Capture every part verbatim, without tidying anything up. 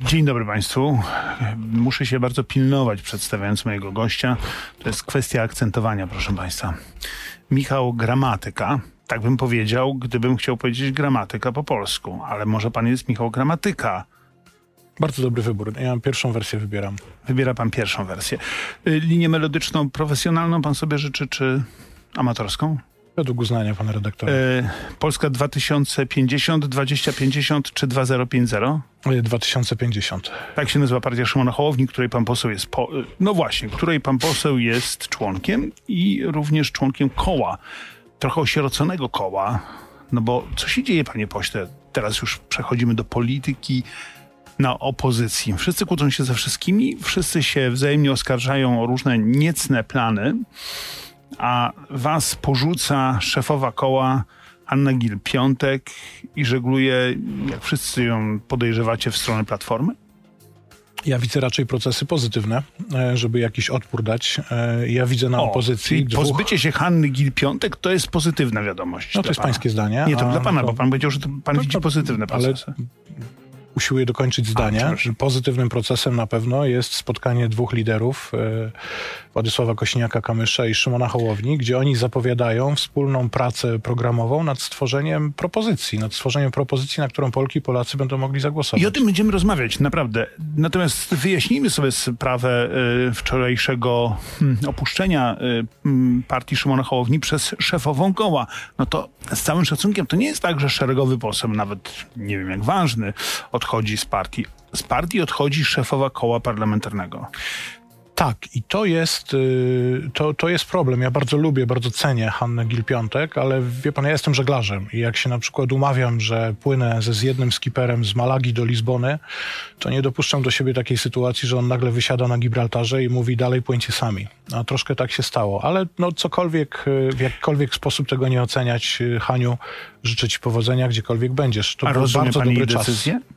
Dzień dobry Państwu. Muszę się bardzo pilnować, przedstawiając mojego gościa. To jest kwestia akcentowania, proszę Państwa. Michał Gramatyka. Tak bym powiedział, gdybym chciał powiedzieć gramatyka po polsku. Ale może Pan jest Michał Gramatyka. Bardzo dobry wybór. Ja pierwszą wersję wybieram. Wybiera Pan pierwszą wersję. Linię melodyczną, profesjonalną Pan sobie życzy, czy amatorską? Według uznania Pana redaktora. E, Polska dwa tysiące pięćdziesiąt, dwadzieścia pięćdziesiąt czy dwa zero pięćdziesiąt? dwa tysiące pięćdziesiąt. Tak się nazywa partia Szymona Hołowni, której pan poseł jest, po, no właśnie, której pan poseł jest członkiem i również członkiem koła, trochę osieroconego koła, no bo co się dzieje, panie pośle? Teraz już przechodzimy do polityki na opozycji. Wszyscy kłócą się ze wszystkimi, wszyscy się wzajemnie oskarżają o różne niecne plany, a was porzuca szefowa koła Hanna Gill-Piątek i żegluje, jak wszyscy ją podejrzewacie, w stronę Platformy? Ja widzę raczej procesy pozytywne, żeby jakiś odpór dać. Ja widzę na o, opozycji czyli dwóch... pozbycie się Hanny Gill-Piątek to jest pozytywna wiadomość. No to jest pana. pańskie zdanie. Nie, to a, dla pana, to... bo pan powiedział, że to pan to, widzi to, pozytywne procesy. Ale usiłuję dokończyć zdanie. A, Pozytywnym procesem na pewno jest spotkanie dwóch liderów, e, Władysława Kosiniaka-Kamysza i Szymona Hołowni, gdzie oni zapowiadają wspólną pracę programową nad stworzeniem propozycji, nad stworzeniem propozycji, na którą Polki i Polacy będą mogli zagłosować. I o tym będziemy rozmawiać, naprawdę. Natomiast wyjaśnijmy sobie sprawę y, wczorajszego y, opuszczenia y, partii Szymona Hołowni przez szefową koła. No to z całym szacunkiem to nie jest tak, że szeregowy poseł, nawet nie wiem jak ważny, odchodzi z partii. Z partii odchodzi szefowa koła parlamentarnego. Tak, i to jest, to, to jest problem. Ja bardzo lubię, bardzo cenię Hannę Gill-Piątek, ale wie pan, ja jestem żeglarzem i jak się na przykład umawiam, że płynę ze z jednym skiperem z Malagi do Lizbony, to nie dopuszczam do siebie takiej sytuacji, że on nagle wysiada na Gibraltarze i mówi dalej płyńcie sami. A troszkę tak się stało, ale no cokolwiek, w jakikolwiek sposób tego nie oceniać, Haniu, życzę ci powodzenia, gdziekolwiek będziesz. To A był rozumie bardzo pani dobry jej decyzję? czas.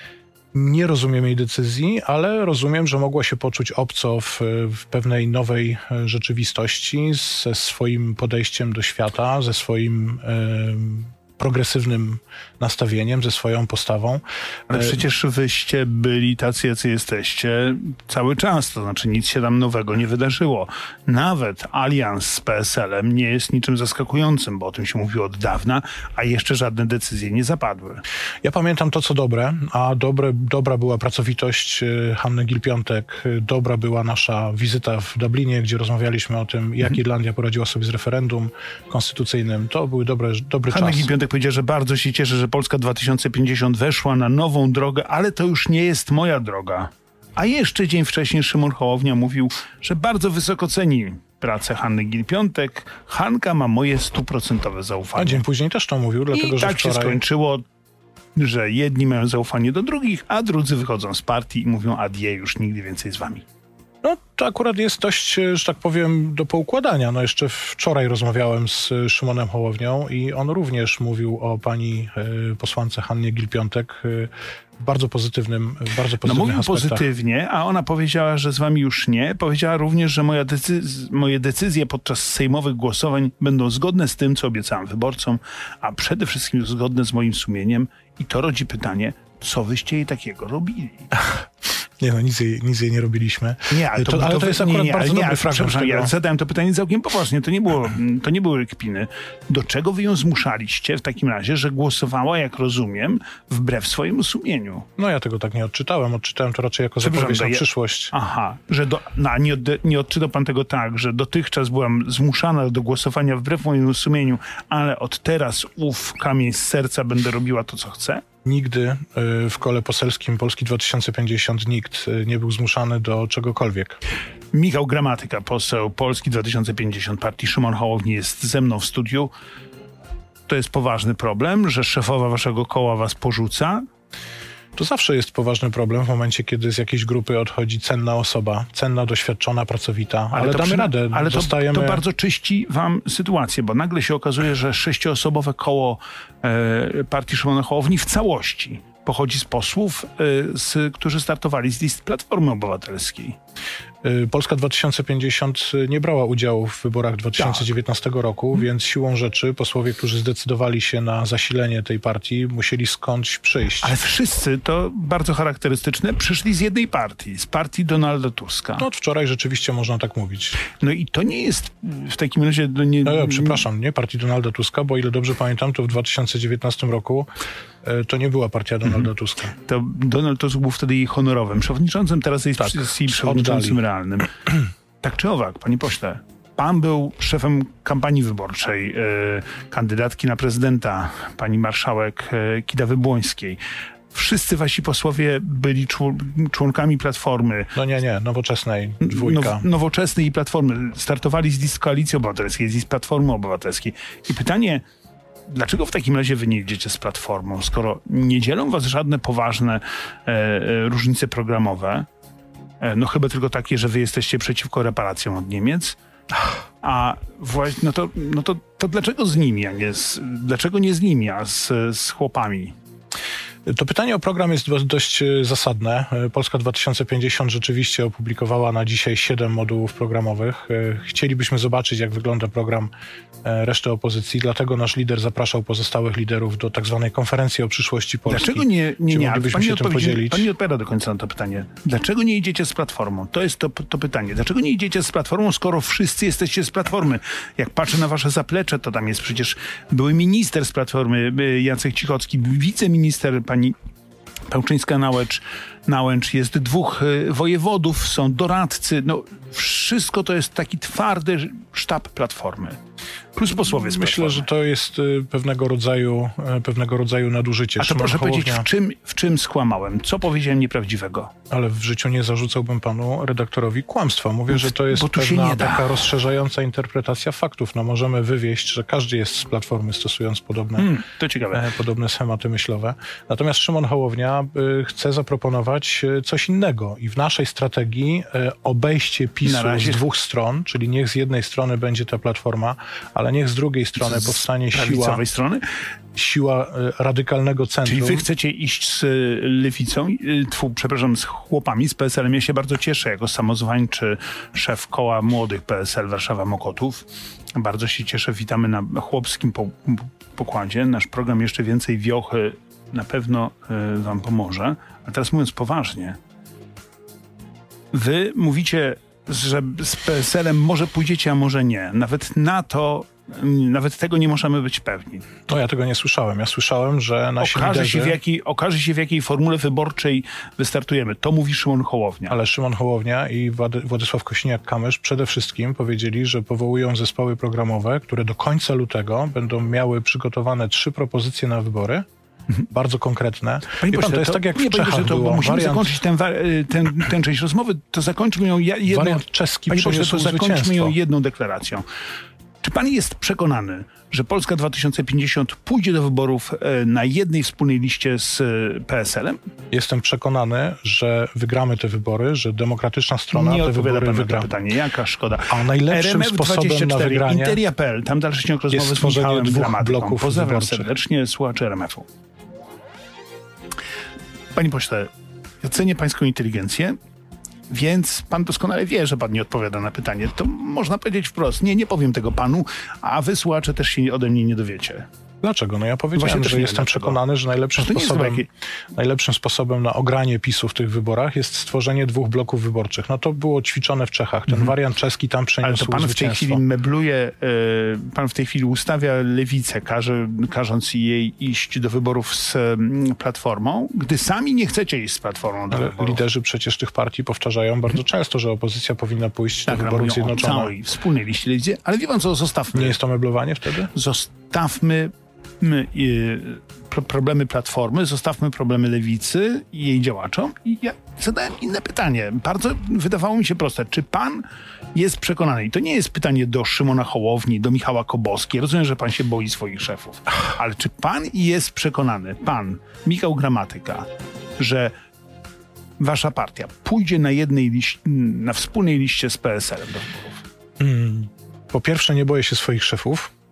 Nie rozumiem jej decyzji, ale rozumiem, że mogła się poczuć obco w, w pewnej nowej rzeczywistości ze swoim podejściem do świata, ze swoim e, progresywnym nastawieniem, ze swoją postawą. Ale przecież wyście byli tacy, jacy jesteście cały czas, to znaczy nic się tam nowego nie wydarzyło. Nawet alians z P S L-em nie jest niczym zaskakującym, bo o tym się mówiło od dawna, a jeszcze żadne decyzje nie zapadły. Ja pamiętam to, co dobre, a dobre, dobra była pracowitość Hanny Gill-Piątek, dobra była nasza wizyta w Dublinie, gdzie rozmawialiśmy o tym, jak Irlandia poradziła sobie z referendum konstytucyjnym. To były dobre, dobry Hanna czas. Gill-Piątek powiedział, że bardzo się cieszy, że Polska dwa tysiące pięćdziesiąt weszła na nową drogę, ale to już nie jest moja droga. A jeszcze dzień wcześniej Szymon Hołownia mówił, że bardzo wysoko ceni pracę Hanny Gill-Piątek. Hanka ma moje stuprocentowe zaufanie. A dzień później też to mówił, dlatego I że tak wczoraj... się skończyło, że jedni mają zaufanie do drugich, a drudzy wychodzą z partii i mówią adieu, już nigdy więcej z wami. No to akurat jest dość, że tak powiem, do poukładania. No jeszcze wczoraj rozmawiałem z Szymonem Hołownią i on również mówił o pani y, posłance Hannie Gill-Piątek y, w bardzo pozytywnym, w bardzo pozytywnych No mówił aspektach. pozytywnie, a ona powiedziała, że z wami już nie. Powiedziała również, że moja decyz- moje decyzje podczas sejmowych głosowań będą zgodne z tym, co obiecałam wyborcom, a przede wszystkim zgodne z moim sumieniem. I to rodzi pytanie, co wyście jej takiego robili? Nie no, nic jej, nic jej nie robiliśmy. Nie, ale to, to, ale to, to jest akurat nie, nie, bardzo nie, dobry fragment tego. Ja zadałem to pytanie całkiem poważnie. To nie, było, to nie były kpiny. Do czego wy ją zmuszaliście w takim razie, że głosowała, jak rozumiem, wbrew swojemu sumieniu? No ja tego tak nie odczytałem. Odczytałem to raczej jako zapowiedź na ja... przyszłość. Aha, że do, no, a nie, od, nie odczytał pan tego tak, że dotychczas byłam zmuszana do głosowania wbrew mojemu sumieniu, ale od teraz ów kamień z serca będę robiła to, co chcę? Nigdy w kole poselskim Polski dwa tysiące pięćdziesiąt nikt nie był zmuszany do czegokolwiek. Michał Gramatyka, poseł Polski dwa tysiące pięćdziesiąt partii Szymon Hołowni jest ze mną w studiu. To jest poważny problem, że szefowa waszego koła was porzuca? To zawsze jest poważny problem w momencie, kiedy z jakiejś grupy odchodzi cenna osoba, cenna, doświadczona, pracowita, ale, ale damy przy... radę. Ale to, Zostajemy... to bardzo czyści wam sytuację, bo nagle się okazuje, że sześcioosobowe koło e, partii Szymona Hołowni w całości pochodzi z posłów, y, z, którzy startowali z list Platformy Obywatelskiej. Polska dwa tysiące pięćdziesiąt nie brała udziału w wyborach dwa tysiące dziewiętnastego tak. roku, więc siłą rzeczy posłowie, którzy zdecydowali się na zasilenie tej partii, musieli skądś przyjść. Ale wszyscy, to bardzo charakterystyczne, przyszli z jednej partii, z partii Donalda Tuska. No od wczoraj rzeczywiście można tak mówić. No i to nie jest w takim razie... No, nie, no ja, przepraszam, nie partii Donalda Tuska, bo ile dobrze pamiętam, to w dwa tysiące dziewiętnastym roku to nie była partia Donalda mhm. Tuska. To Donald Tusk był wtedy jej honorowym przewodniczącym, teraz jest tak, jej przewodniczącym realnym. Tak czy owak, panie pośle, pan był szefem kampanii wyborczej yy, kandydatki na prezydenta, pani marszałek yy, Kidawy-Błońskiej. Wszyscy wasi posłowie byli członkami Platformy. No nie, nie, Nowoczesnej, dwójka. Now, nowoczesnej i Platformy. Startowali z list Koalicji Obywatelskiej, z list Platformy Obywatelskiej. I pytanie... Dlaczego w takim razie wy nie idziecie z Platformą, skoro nie dzielą was żadne poważne e, e, różnice programowe, e, no chyba tylko takie, że wy jesteście przeciwko reparacjom od Niemiec, a właśnie, no to, no to, to dlaczego z nimi, a nie z, dlaczego nie z nimi, a z, z chłopami? To pytanie o program jest dość zasadne. Polska dwa tysiące pięćdziesiąt rzeczywiście opublikowała na dzisiaj siedem modułów programowych. Chcielibyśmy zobaczyć, jak wygląda program reszty opozycji, dlatego nasz lider zapraszał pozostałych liderów do tak zwanej konferencji o przyszłości Polski. Dlaczego nie, nie, nie, moglibyśmy pan się tym podzielić? Pan nie odpowiada do końca na to pytanie. Dlaczego nie idziecie z Platformą? To jest to, to pytanie. Dlaczego nie idziecie z Platformą, skoro wszyscy jesteście z Platformy? Jak patrzę na wasze zaplecze, to tam jest przecież były minister z Platformy, Jacek Cichocki, wiceminister pani Pełczyńska-Nałęcz, Nałęcz, jest dwóch wojewodów, są doradcy, no wszystko to jest taki twardy sztab Platformy. Plus posłowie z Myślę, że to jest pewnego rodzaju, pewnego rodzaju nadużycie. A to Szymon proszę Hołownia... powiedzieć, w czym, w czym skłamałem? Co powiedziałem nieprawdziwego? Ale w życiu nie zarzucałbym panu redaktorowi kłamstwa. Mówię, że to jest Bo tu pewna się nie da. taka rozszerzająca interpretacja faktów. No możemy wywieść, że każdy jest z Platformy, stosując podobne, hmm, to ciekawe. podobne schematy myślowe. Natomiast Szymon Hołownia y, chce zaproponować y, coś innego. I w naszej strategii y, obejście PiSu razie... z dwóch stron, czyli niech z jednej strony będzie ta Platforma, ale niech z drugiej strony z powstanie siła, strony? siła y, radykalnego centrum. Czyli wy chcecie iść z y, lewicą, y, tfu, przepraszam, z chłopami, z P S L-em. Ja się bardzo cieszę, jako samozwańczy szef koła młodych P S L Warszawa Mokotów. Bardzo się cieszę. Witamy na chłopskim po, pokładzie. Nasz program Jeszcze Więcej Wiochy na pewno y, wam pomoże. A teraz mówiąc poważnie, wy mówicie, że z P S L-em może pójdziecie, a może nie. Nawet na to, nawet tego nie możemy być pewni. No ja tego nie słyszałem. Ja słyszałem, że nasi okaże liderzy... się w jakiej, okaże się, w jakiej formule wyborczej wystartujemy. To mówi Szymon Hołownia. Ale Szymon Hołownia i Włady, Władysław Kosiniak-Kamysz przede wszystkim powiedzieli, że powołują zespoły programowe, które do końca lutego będą miały przygotowane trzy propozycje na wybory. Bardzo konkretne. Panie pośle, pan, to jest to, tak jak nie, w Czechach pośle, to, było. bo musimy Wariant... zakończyć ten, ten, ten część rozmowy. To zakończmy ją jedną... Wariant czeski Panie pośle, to zakończmy ją zwycięstwo. jedną deklaracją. Czy pan jest przekonany, że Polska dwa tysiące pięćdziesiąt pójdzie do wyborów na jednej wspólnej liście z P S L-em? Jestem przekonany, że wygramy te wybory, że demokratyczna strona nie te wybory pan wygra. Na to pytanie. Jaka szkoda. A najlepszym R M F sposobem dwadzieścia cztery, na wygranie Interia kropka P L, tam dalszy ciąg rozmowy z Michałem Gramatyką. Pozdrawiam wyborczych. serdecznie słuchaczy R M F-u. Panie pośle, ja cenię pańską inteligencję, więc pan doskonale wie, że pan nie odpowiada na pytanie. To można powiedzieć wprost. Nie, nie powiem tego panu, a wy, słuchacze, też się ode mnie nie dowiecie. Dlaczego? No ja powiedziałem, że jestem przekonany, że najlepszym sposobem, najlepszym sposobem na ogranie PiSu w tych wyborach jest stworzenie dwóch bloków wyborczych. No to było ćwiczone w Czechach. Ten mhm. wariant czeski tam przeniósł Ale to pan w tej chwili mebluje, yy, pan w tej chwili ustawia lewicę, każe, każąc jej iść do wyborów z y, Platformą, gdy sami nie chcecie iść z Platformą do Ale wyborów. liderzy przecież tych partii powtarzają bardzo często, że opozycja powinna pójść tak, do wyborów zjednoczonych. całej wspólnej liście lewicy. Ale wie pan co, zostawmy. Nie jest to meblowanie wtedy? Zostawmy My, y, pro, problemy Platformy, zostawmy problemy lewicy i jej działaczom. I ja zadałem inne pytanie. Bardzo wydawało mi się proste. Czy pan jest przekonany? I to nie jest pytanie do Szymona Hołowni, do Michała Koboski. Rozumiem, że pan się boi swoich szefów. Ale czy pan jest przekonany, pan, Michał Gramatyka, że wasza partia pójdzie na jednej liście, na wspólnej liście z P S L-em do wyborów? Hmm. Po pierwsze, nie boję się swoich szefów.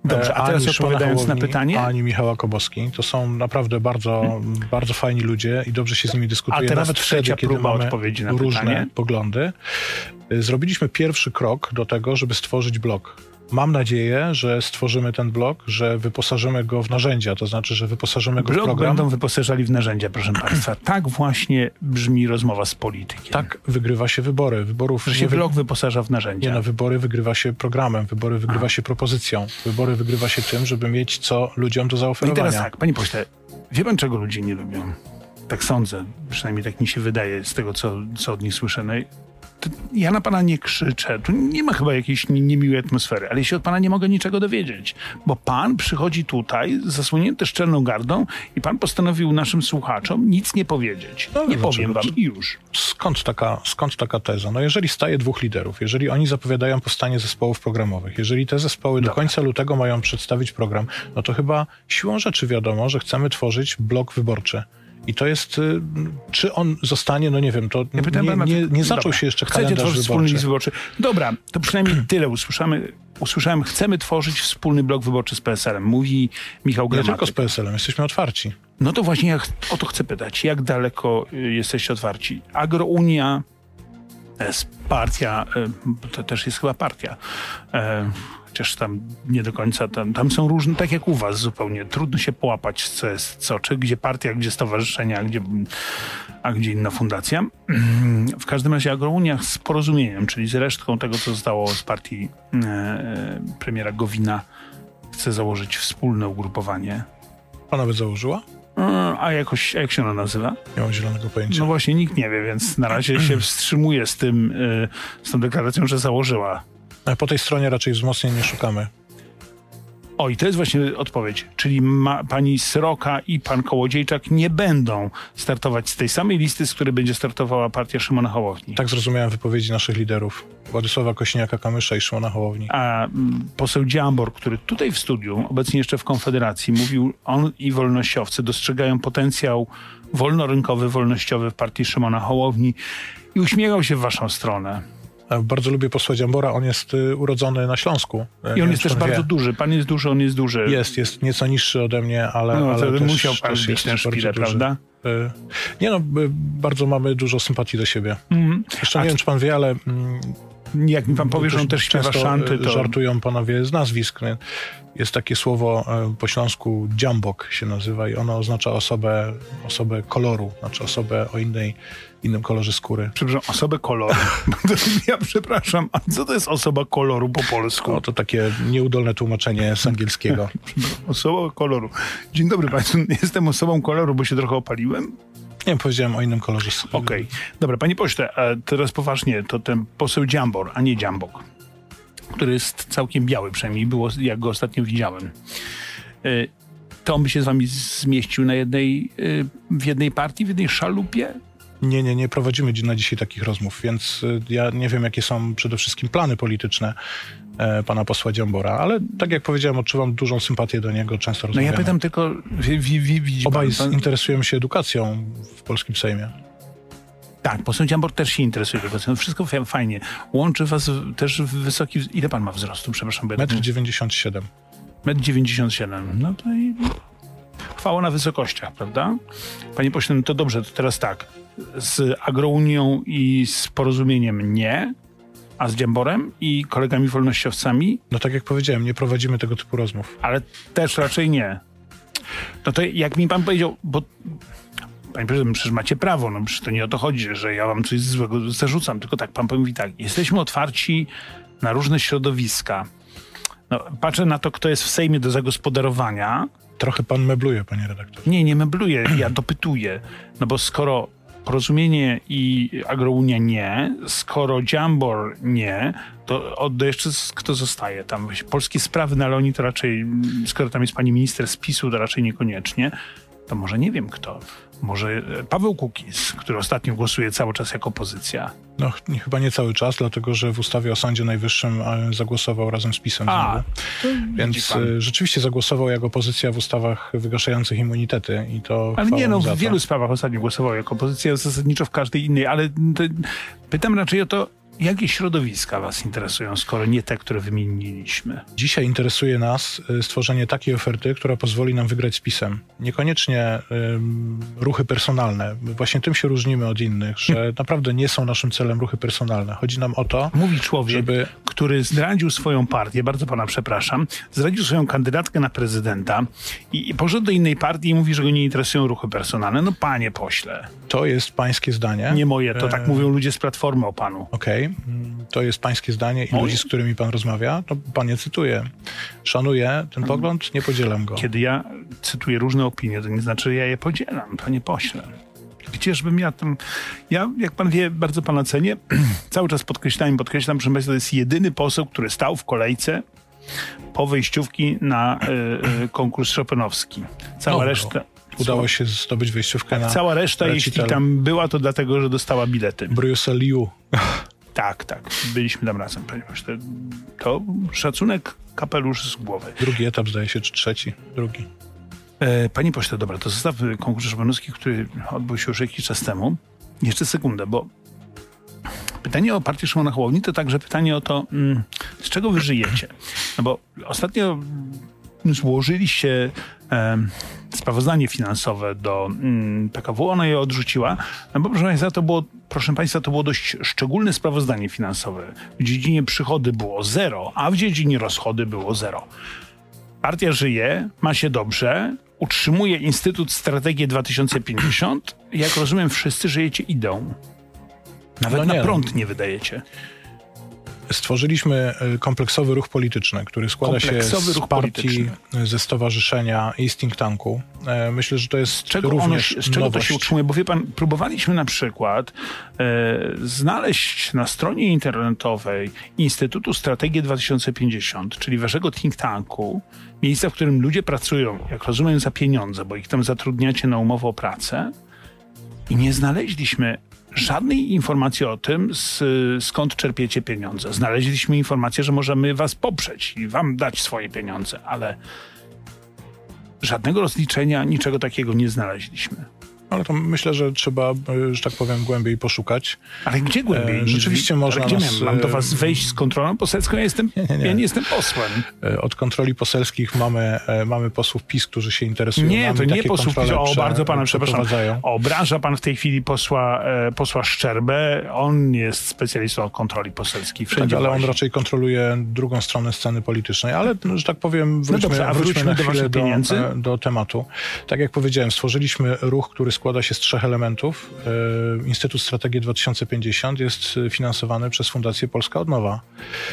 Dobrze, a teraz odpowiadając na pytanie? Ani Michała Koboski. To są naprawdę bardzo, hmm. bardzo fajni ludzie i dobrze się z nimi dyskutuje. A teraz nawet trzecia wtedy, kiedy mamy odpowiedzi na różne pytanie. poglądy. Zrobiliśmy pierwszy krok do tego, żeby stworzyć blog. Mam nadzieję, że stworzymy ten blog, że wyposażymy go w narzędzia, to znaczy, że wyposażymy go blog w program. Będą wyposażali w narzędzia, proszę państwa. Tak właśnie brzmi rozmowa z politykiem. Tak wygrywa się wybory. Wyborów że się wy... blog wyposaża w narzędzia. Nie, no, wybory wygrywa się programem, wybory wygrywa A. się propozycją, wybory wygrywa się tym, żeby mieć co ludziom do zaoferowania. No i teraz tak, panie pośle, wie pan, czego ludzie nie lubią? Tak sądzę, przynajmniej tak mi się wydaje z tego, co, co od nich słyszę. No i ja na pana nie krzyczę, tu nie ma chyba jakiejś niemiłej atmosfery, ale ja się od pana nie mogę niczego dowiedzieć, bo pan przychodzi tutaj zasłonięty szczelną gardą i pan postanowił naszym słuchaczom nic nie powiedzieć. No, nie powiem wam i już. Skąd taka, skąd taka teza? No jeżeli staje dwóch liderów, jeżeli oni zapowiadają powstanie zespołów programowych, jeżeli te zespoły Dobra. do końca lutego mają przedstawić program, no to chyba siłą rzeczy wiadomo, że chcemy tworzyć blok wyborczy. I to jest, czy on zostanie, no nie wiem, to ja pytam, nie, nie, nie zaczął dobra. się jeszcze Chcecie kalendarz tworzyć wyborczy. Wspólny list wyborczy. Dobra, to przynajmniej tyle usłyszamy. Usłyszałem, chcemy tworzyć wspólny blok wyborczy z P S L-em. Mówi Michał Gramatyk. Nie tylko z P S L-em, jesteśmy otwarci. No to właśnie ja o to chcę pytać. Jak daleko jesteście otwarci? Agrounia to jest partia, to też jest chyba partia, chociaż tam nie do końca, tam, tam są różne, tak jak u was zupełnie, trudno się połapać, co jest co, czy gdzie partia, gdzie stowarzyszenia, a gdzie, a gdzie inna fundacja. W każdym razie Agrounia z Porozumieniem, czyli z resztką tego, co zostało z partii e, premiera Gowina, chce założyć wspólne ugrupowanie. Ona by założyła? A jakoś, a jak się ona nazywa? Nie mam zielonego pojęcia. No właśnie nikt nie wie, więc na razie się wstrzymuje z tym, z tą deklaracją, że założyła. A po tej stronie raczej wzmocnień nie szukamy. O, i to jest właśnie odpowiedź. Czyli ma, pani Sroka i pan Kołodziejczak nie będą startować z tej samej listy, z której będzie startowała partia Szymona Hołowni. Tak zrozumiałem wypowiedzi naszych liderów. Władysława Kosiniaka-Kamysza i Szymona Hołowni. A m, poseł Dziambor, który tutaj w studiu, obecnie jeszcze w Konfederacji, mówił, on i wolnościowcy dostrzegają potencjał wolnorynkowy, wolnościowy w partii Szymona Hołowni i uśmiechał się w waszą stronę. Bardzo lubię posła Dziambora, on jest y, urodzony na Śląsku. I on jest też bardzo wie. duży. Pan jest duży, on jest duży. Jest, jest nieco niższy ode mnie, ale, no, ale też, musiał pan też być ten szpilę, prawda? Y, nie no, y, bardzo mamy dużo sympatii do siebie. Mm. Jeszcze nie A wiem, czy pan wie, ale... Mm, jak mi pan powie, że on też śpiewa szanty, to... żartują panowie z nazwisk. Nie? Jest takie słowo po śląsku dziambok się nazywa i ono oznacza osobę, osobę koloru, znaczy osobę o innej, innym kolorze skóry. Przepraszam, osobę koloru? Ja przepraszam, a co to jest osoba koloru po polsku? No to takie nieudolne tłumaczenie z angielskiego. Osoba koloru. Dzień dobry państwu, jestem osobą koloru, bo się trochę opaliłem. Nie, powiedziałem o innym kolorze. Okej. Okay. Dobra, panie pośle, a teraz poważnie, to ten poseł Dziambor, a nie Dziambok, który jest całkiem biały, przynajmniej było, jak go ostatnio widziałem. To on by się z wami zmieścił na jednej, w jednej partii, w jednej szalupie? Nie, nie, nie prowadzimy na dzisiaj takich rozmów, więc ja nie wiem, jakie są przede wszystkim plany polityczne e, pana posła Dziambora, ale tak jak powiedziałem, odczuwam dużą sympatię do niego, często rozmawiamy. No ja pytam tylko, wi, wi, wi, widzi Obaj pan, pan... interesujemy się edukacją w polskim Sejmie. Tak, poseł Dziambor też się interesuje edukacją. Wszystko fajnie. Łączy was też wysoki... Ile pan ma wzrostu? Przepraszam. metr dziewięćdziesiąt siedem. metr dziewięćdziesiąt siedem. No to i... Chwała na wysokościach, prawda? Panie pośle, no to dobrze, to teraz tak. Z Agrounią i z Porozumieniem nie, a z Dziamborem i kolegami wolnościowcami? No tak jak powiedziałem, nie prowadzimy tego typu rozmów. Ale też raczej nie. No to jak mi pan powiedział, bo panie prezydencie, przecież macie prawo, no przecież to nie o to chodzi, że ja wam coś złego zarzucam, tylko tak pan mówi tak, jesteśmy otwarci na różne środowiska. No, patrzę na to, kto jest w Sejmie do zagospodarowania. Trochę pan mebluje, panie redaktorze. Nie, nie mebluję, ja dopytuję. No bo skoro Porozumienie i Agrounia nie, skoro Dziambor nie, to od jeszcze kto zostaje tam? Polskie Sprawy na Loni to raczej, skoro tam jest pani minister z PiSu, to raczej niekoniecznie. To może nie wiem kto. Może Paweł Kukiz, który ostatnio głosuje cały czas jako opozycja. No nie, chyba nie cały czas, dlatego że w ustawie o Sądzie Najwyższym zagłosował razem z PiS-em. A, więc rzeczywiście zagłosował jako opozycja w ustawach wygaszających immunitety i to ale nie, no w to. wielu sprawach ostatnio głosował jako opozycja, zasadniczo w każdej innej, ale to, pytam raczej o to, jakie środowiska was interesują, skoro nie te, które wymieniliśmy? Dzisiaj interesuje nas stworzenie takiej oferty, która pozwoli nam wygrać z PiS-em. Niekoniecznie ym, ruchy personalne. Właśnie tym się różnimy od innych, że hmm. naprawdę nie są naszym celem ruchy personalne. Chodzi nam o to, mówi człowiek, żeby... który zdradził swoją partię, bardzo pana przepraszam, zdradził swoją kandydatkę na prezydenta i, i poszedł do innej partii i mówi, że go nie interesują ruchy personalne. No panie pośle. To jest pańskie zdanie. Nie moje, to tak mówią ludzie z Platformy o panu. Okej, okay. To jest pańskie zdanie i moje? Ludzi, z którymi pan rozmawia, to pan nie cytuje. Szanuję ten pogląd, nie podzielam go. Kiedy ja cytuję różne opinie, to nie znaczy, że ja je podzielam, panie pośle. Gdzieżbym ja tam... Ja, jak pan wie, bardzo pana cenię. Cały czas podkreślam i podkreślam, że to jest jedyny poseł, który stał w kolejce po wejściówki na y, y, konkurs chopinowski. Cała no, reszta... Udało się zdobyć wejściówkę tak, na... Cała reszta, recital. Jeśli tam była, to dlatego, że dostała bilety. Bruxelles. Tak, tak. Byliśmy tam razem, ponieważ to, to szacunek, kapelusz z głowy. Drugi etap zdaje się, czy trzeci? Drugi. E, panie pośle, dobra, to zostaw konkurs chopinowski, który odbył się już jakiś czas temu. Jeszcze sekundę, bo pytanie o partię Szymona Hołowni to także pytanie o to, mm, z czego wy żyjecie. No bo ostatnio złożyliście e, sprawozdanie finansowe do mm, P K W, ona je odrzuciła, no bo proszę Państwa, to było, proszę Państwa, to było dość szczególne sprawozdanie finansowe. W dziedzinie przychody było zero, a w dziedzinie rozchody było zero. Partia żyje, ma się dobrze, utrzymuje Instytut Strategii dwa tysiące pięćdziesiąt. Jak rozumiem, wszyscy żyjecie idą. Nawet no nie, na prąd nie wydajecie. Stworzyliśmy kompleksowy ruch polityczny, który składa się z partii, ze stowarzyszenia i z think tanku. Myślę, że to jest z czego również ono, Z czego nowość. to się utrzymuje? Bo wie pan, próbowaliśmy na przykład e, znaleźć na stronie internetowej Instytutu Strategii dwa tysiące pięćdziesiąt, czyli waszego think tanku, miejsca, w którym ludzie pracują, jak rozumiem, za pieniądze, bo ich tam zatrudniacie na umowę o pracę, i nie znaleźliśmy żadnej informacji o tym, z, skąd czerpiecie pieniądze. Znaleźliśmy informację, że możemy was poprzeć i wam dać swoje pieniądze, ale żadnego rozliczenia, niczego takiego nie znaleźliśmy. Ale to myślę, że trzeba, że tak powiem, głębiej poszukać. Ale gdzie głębiej? E, rzeczywiście można gdzie nas... Mam do was wejść z kontrolą poselską? Ja, jestem, nie, nie, nie. ja nie jestem posłem. Od kontroli poselskich mamy, mamy posłów PiS, którzy się interesują. Nie, nami. to nie Takie posłów PiS. O, prze, bardzo pana przepraszam. Obraża pan w tej chwili posła, e, posła Szczerbę. On jest specjalistą od kontroli poselskiej. Tak, ale on raczej kontroluje drugą stronę sceny politycznej. Ale, że tak powiem, wróćmy, no dobrze, a wróćmy, wróćmy na chwilę do, pieniędzy? Do, do tematu. Tak jak powiedziałem, stworzyliśmy ruch, który składa się z trzech elementów. Instytut Strategii dwa tysiące pięćdziesiąt jest finansowany przez Fundację Polska Odnowa,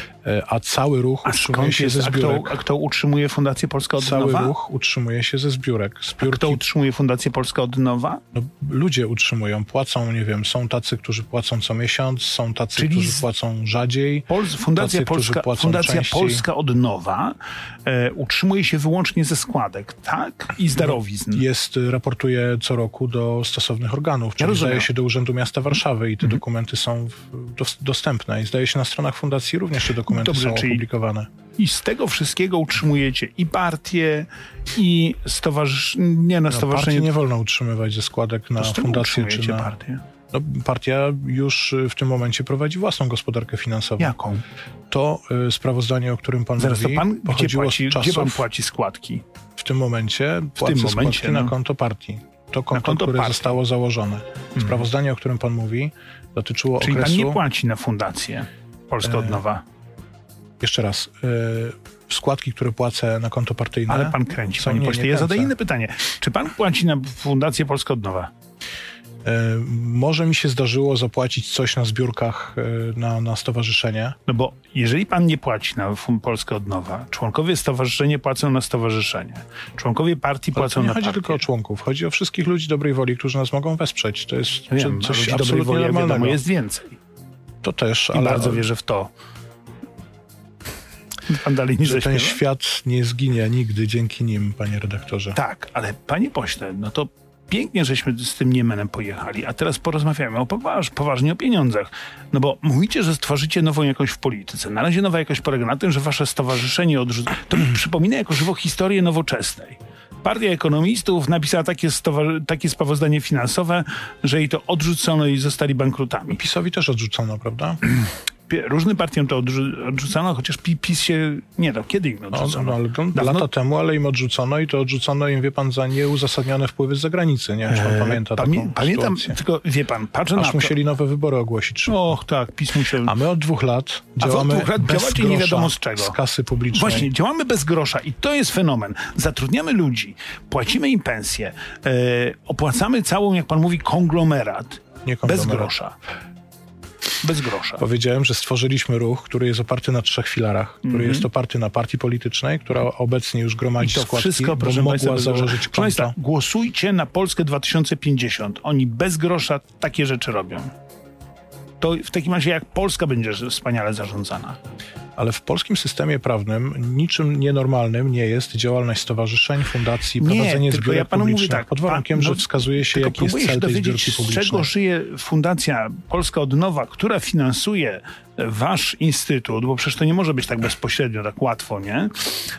a cały ruch a utrzymuje się jest, ze zbiórek. A kto, a kto utrzymuje Fundację Polska Odnowa? Cały ruch utrzymuje się ze zbiórek. Zbiórki... A kto utrzymuje Fundację Polska Odnowa? No, ludzie utrzymują, płacą, nie wiem, są tacy, którzy płacą co miesiąc, są tacy, Czyli którzy płacą rzadziej. Pol... Fundacja, tacy, Polska, Fundacja częściej. Polska Odnowa e, utrzymuje się wyłącznie ze składek, tak? I z darowizn. Jest, raportuje co roku do stosownych organów, czyli ja zdaje się do Urzędu Miasta Warszawy i te mm-hmm. dokumenty są w, do, dostępne. I zdaje się na stronach fundacji również te dokumenty Dobrze, są opublikowane. I z tego wszystkiego utrzymujecie i partię, i stowarzyszenie. Nie, no, stowarzyszenie. Partii nie wolno utrzymywać ze składek na fundację czy na. Partię? No, partia już w tym momencie prowadzi własną gospodarkę finansową. Jaką? To y, sprawozdanie, o którym pan Zaraz, mówi, to pan, gdzie, płaci, czasów, gdzie pan płaci składki? W tym momencie płacę w tym momencie, składki no. na konto partii. To konto, konto które partii. zostało założone. Sprawozdanie, hmm. o którym pan mówi, dotyczyło Czyli okresu... pan nie płaci na Fundację Polska Odnowa? E, jeszcze raz. E, składki, które płacę na konto partyjne... Ale pan kręci, panie nie, pośle. nie Ja kręcę. zadaję inne pytanie. Czy pan płaci na Fundację Polska Odnowa? E, może mi się zdarzyło zapłacić coś na zbiórkach e, na, na stowarzyszenie. No bo jeżeli pan nie płaci na Polskę Odnowa, członkowie stowarzyszenia płacą na stowarzyszenie, członkowie partii Ale płacą nie na chodzi partię. tylko o członków, chodzi o wszystkich ludzi dobrej woli, którzy nas mogą wesprzeć. To jest ja wiem, coś ludzi absolutnie dobrej woli, normalnego. wiadomo, jest więcej. To też, I ale... bardzo wierzę w to. Pan dalej nie że zaśpiewa? ten świat nie zginie nigdy dzięki nim, panie redaktorze. Tak, ale panie pośle, no to pięknie, żeśmy z tym Niemenem pojechali, a teraz porozmawiamy o poważ, poważnie o pieniądzach. No bo mówicie, że stworzycie nową jakość w polityce. Na razie nowa jakość polega na tym, że wasze stowarzyszenie odrzuca. To mi przypomina jako żywo historię Nowoczesnej. Partia ekonomistów napisała takie, stowar- takie sprawozdanie finansowe, że jej to odrzucono i zostali bankrutami. PiS-owi też odrzucono, prawda? różnym partiom to odrzu- odrzucano, chociaż PiS się... Nie, to kiedy im odrzucono? No, no, ale lata temu, ale im odrzucono i to odrzucono im, wie pan, za nieuzasadnione wpływy z zagranicy. Nie wiem, czy pan eee, pamięta pamię- taką Pamiętam, sytuację. tylko wie pan, patrzę Aż na to... musieli nowe wybory ogłosić. Och, tak, PiS musiał... A my od dwóch lat działamy A od dwóch lat bez działacie grosza, nie wiadomo z czego. Z kasy publicznej. Właśnie, działamy bez grosza i to jest fenomen. Zatrudniamy ludzi, płacimy im pensje, e, opłacamy całą, jak pan mówi, konglomerat. Nie konglomerat. Bez grosza. Bez grosza. Powiedziałem, że stworzyliśmy ruch, który jest oparty na trzech filarach. Który mm-hmm. jest oparty na partii politycznej, która obecnie już gromadzi I to składki, wszystko, bo proszę mogła Państwa, założyć konto. Państwa, głosujcie na Polskę dwa tysiące pięćdziesiąt. Oni bez grosza takie rzeczy robią. To w takim razie jak Polska będzie wspaniale zarządzana. Ale w polskim systemie prawnym niczym nienormalnym nie jest działalność stowarzyszeń, fundacji, nie, prowadzenie zbiórek ja panu publicznych. Mówię tak, pod warunkiem, pan, że wskazuje się, jaki jest cel tej zbiórki publicznej. Z czego żyje Fundacja Polska Odnowa, która finansuje wasz instytut, bo przecież to nie może być tak bezpośrednio, tak łatwo, nie?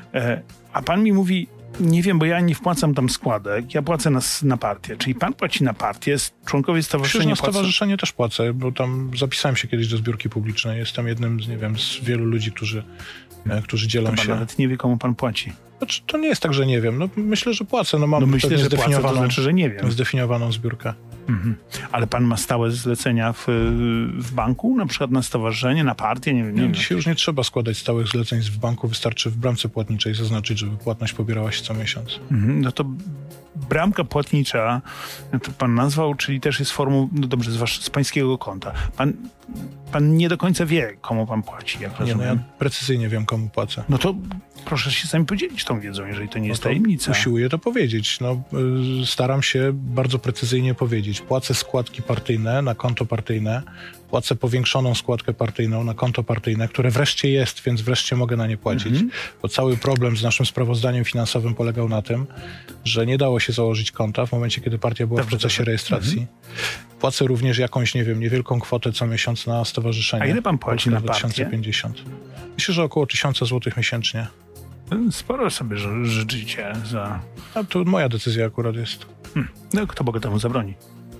A pan mi mówi, nie wiem, bo ja nie wpłacam tam składek, ja płacę na, na partię. Czyli pan płaci na partię, członkowie stowarzyszenia Przecież na płacą... stowarzyszenie też płacę, bo tam zapisałem się kiedyś do zbiórki publicznej. Jestem jednym z, nie wiem, z wielu ludzi, którzy, e, którzy dzielą to pan się. Nawet nie wie, komu pan płaci. Znaczy, to nie jest tak, że nie wiem. No, myślę, że płacę. No, mam no myślę, że zdefiniowaną, płacę, to znaczy, że nie wiem. Zdefiniowaną zbiórkę. Mhm. Ale pan ma stałe zlecenia w, w banku? Na przykład na stowarzyszenie, na partię? Nie wiem. Nie no, wiem. Dzisiaj już nie trzeba składać stałych zleceń w banku. Wystarczy w bramce płatniczej zaznaczyć, żeby płatność pobierała się co miesiąc. Mhm. No to bramka płatnicza, to pan nazwał, czyli też jest formą, no dobrze, z, wasz, z pańskiego konta. Pan, pan nie do końca wie, komu pan płaci, jak rozumiem. Nie, no ja precyzyjnie wiem, komu płacę. No to proszę się sami podzielić tą wiedzą, jeżeli to nie jest no to tajemnica. Usiłuję to powiedzieć. No, y, staram się bardzo precyzyjnie powiedzieć. Płacę składki partyjne na konto partyjne, płacę powiększoną składkę partyjną na konto partyjne, które wreszcie jest, więc wreszcie mogę na nie płacić. Mm-hmm. Bo cały problem z naszym sprawozdaniem finansowym polegał na tym, że nie dało się założyć konta w momencie, kiedy partia była dobrze, w procesie dobrze. rejestracji. Mm-hmm. Płacę również jakąś, nie wiem, niewielką kwotę co miesiąc na stowarzyszenie. A ile pan płaci na dwa tysiące pięćdziesiąt? Myślę, że około tysiąc złotych miesięcznie. Sporo sobie życzycie za... A to moja decyzja akurat jest. Hmm. No kto Boga temu zabroni?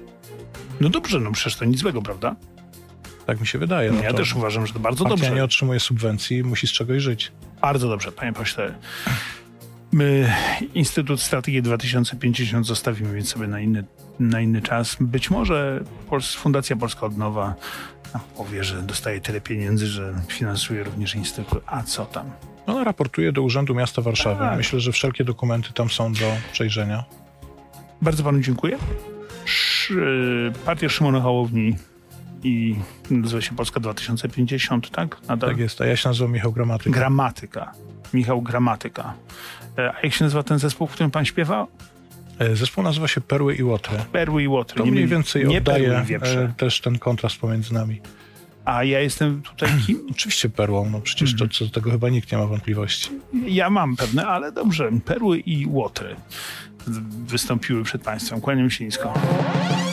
No dobrze, no przecież to nic złego, prawda? Tak mi się wydaje. No ja też uważam, że to bardzo partia dobrze. nie otrzymuje subwencji, musi z czegoś żyć. Bardzo dobrze, panie pośle. My Instytut Strategii dwa tysiące pięćdziesiąt zostawimy więc sobie na inny, na inny czas. Być może Pols- Fundacja Polska Odnowa powie, że dostaje tyle pieniędzy, że finansuje również Instytut. A co tam? Ona raportuje do Urzędu Miasta Warszawy. Tak. Myślę, że wszelkie dokumenty tam są do przejrzenia. Bardzo panu dziękuję. Sz- Partia Szymona Hołowni i nazywa się Polska dwa tysiące pięćdziesiąt, tak? Nadal? Tak jest, a ja się nazywam Michał Gramatyka. Gramatyka. Michał Gramatyka. A jak się nazywa ten zespół, w którym pan śpiewa? Zespół nazywa się Perły i Łotry. Perły i Łotry. To nie mniej więcej nie oddaje też ten kontrast pomiędzy nami. A ja jestem tutaj kim? Oczywiście perłą, no przecież to, co do tego chyba nikt nie ma wątpliwości. Ja mam pewne, ale dobrze. Perły i Łotry wystąpiły przed państwem. Kłaniam się nisko.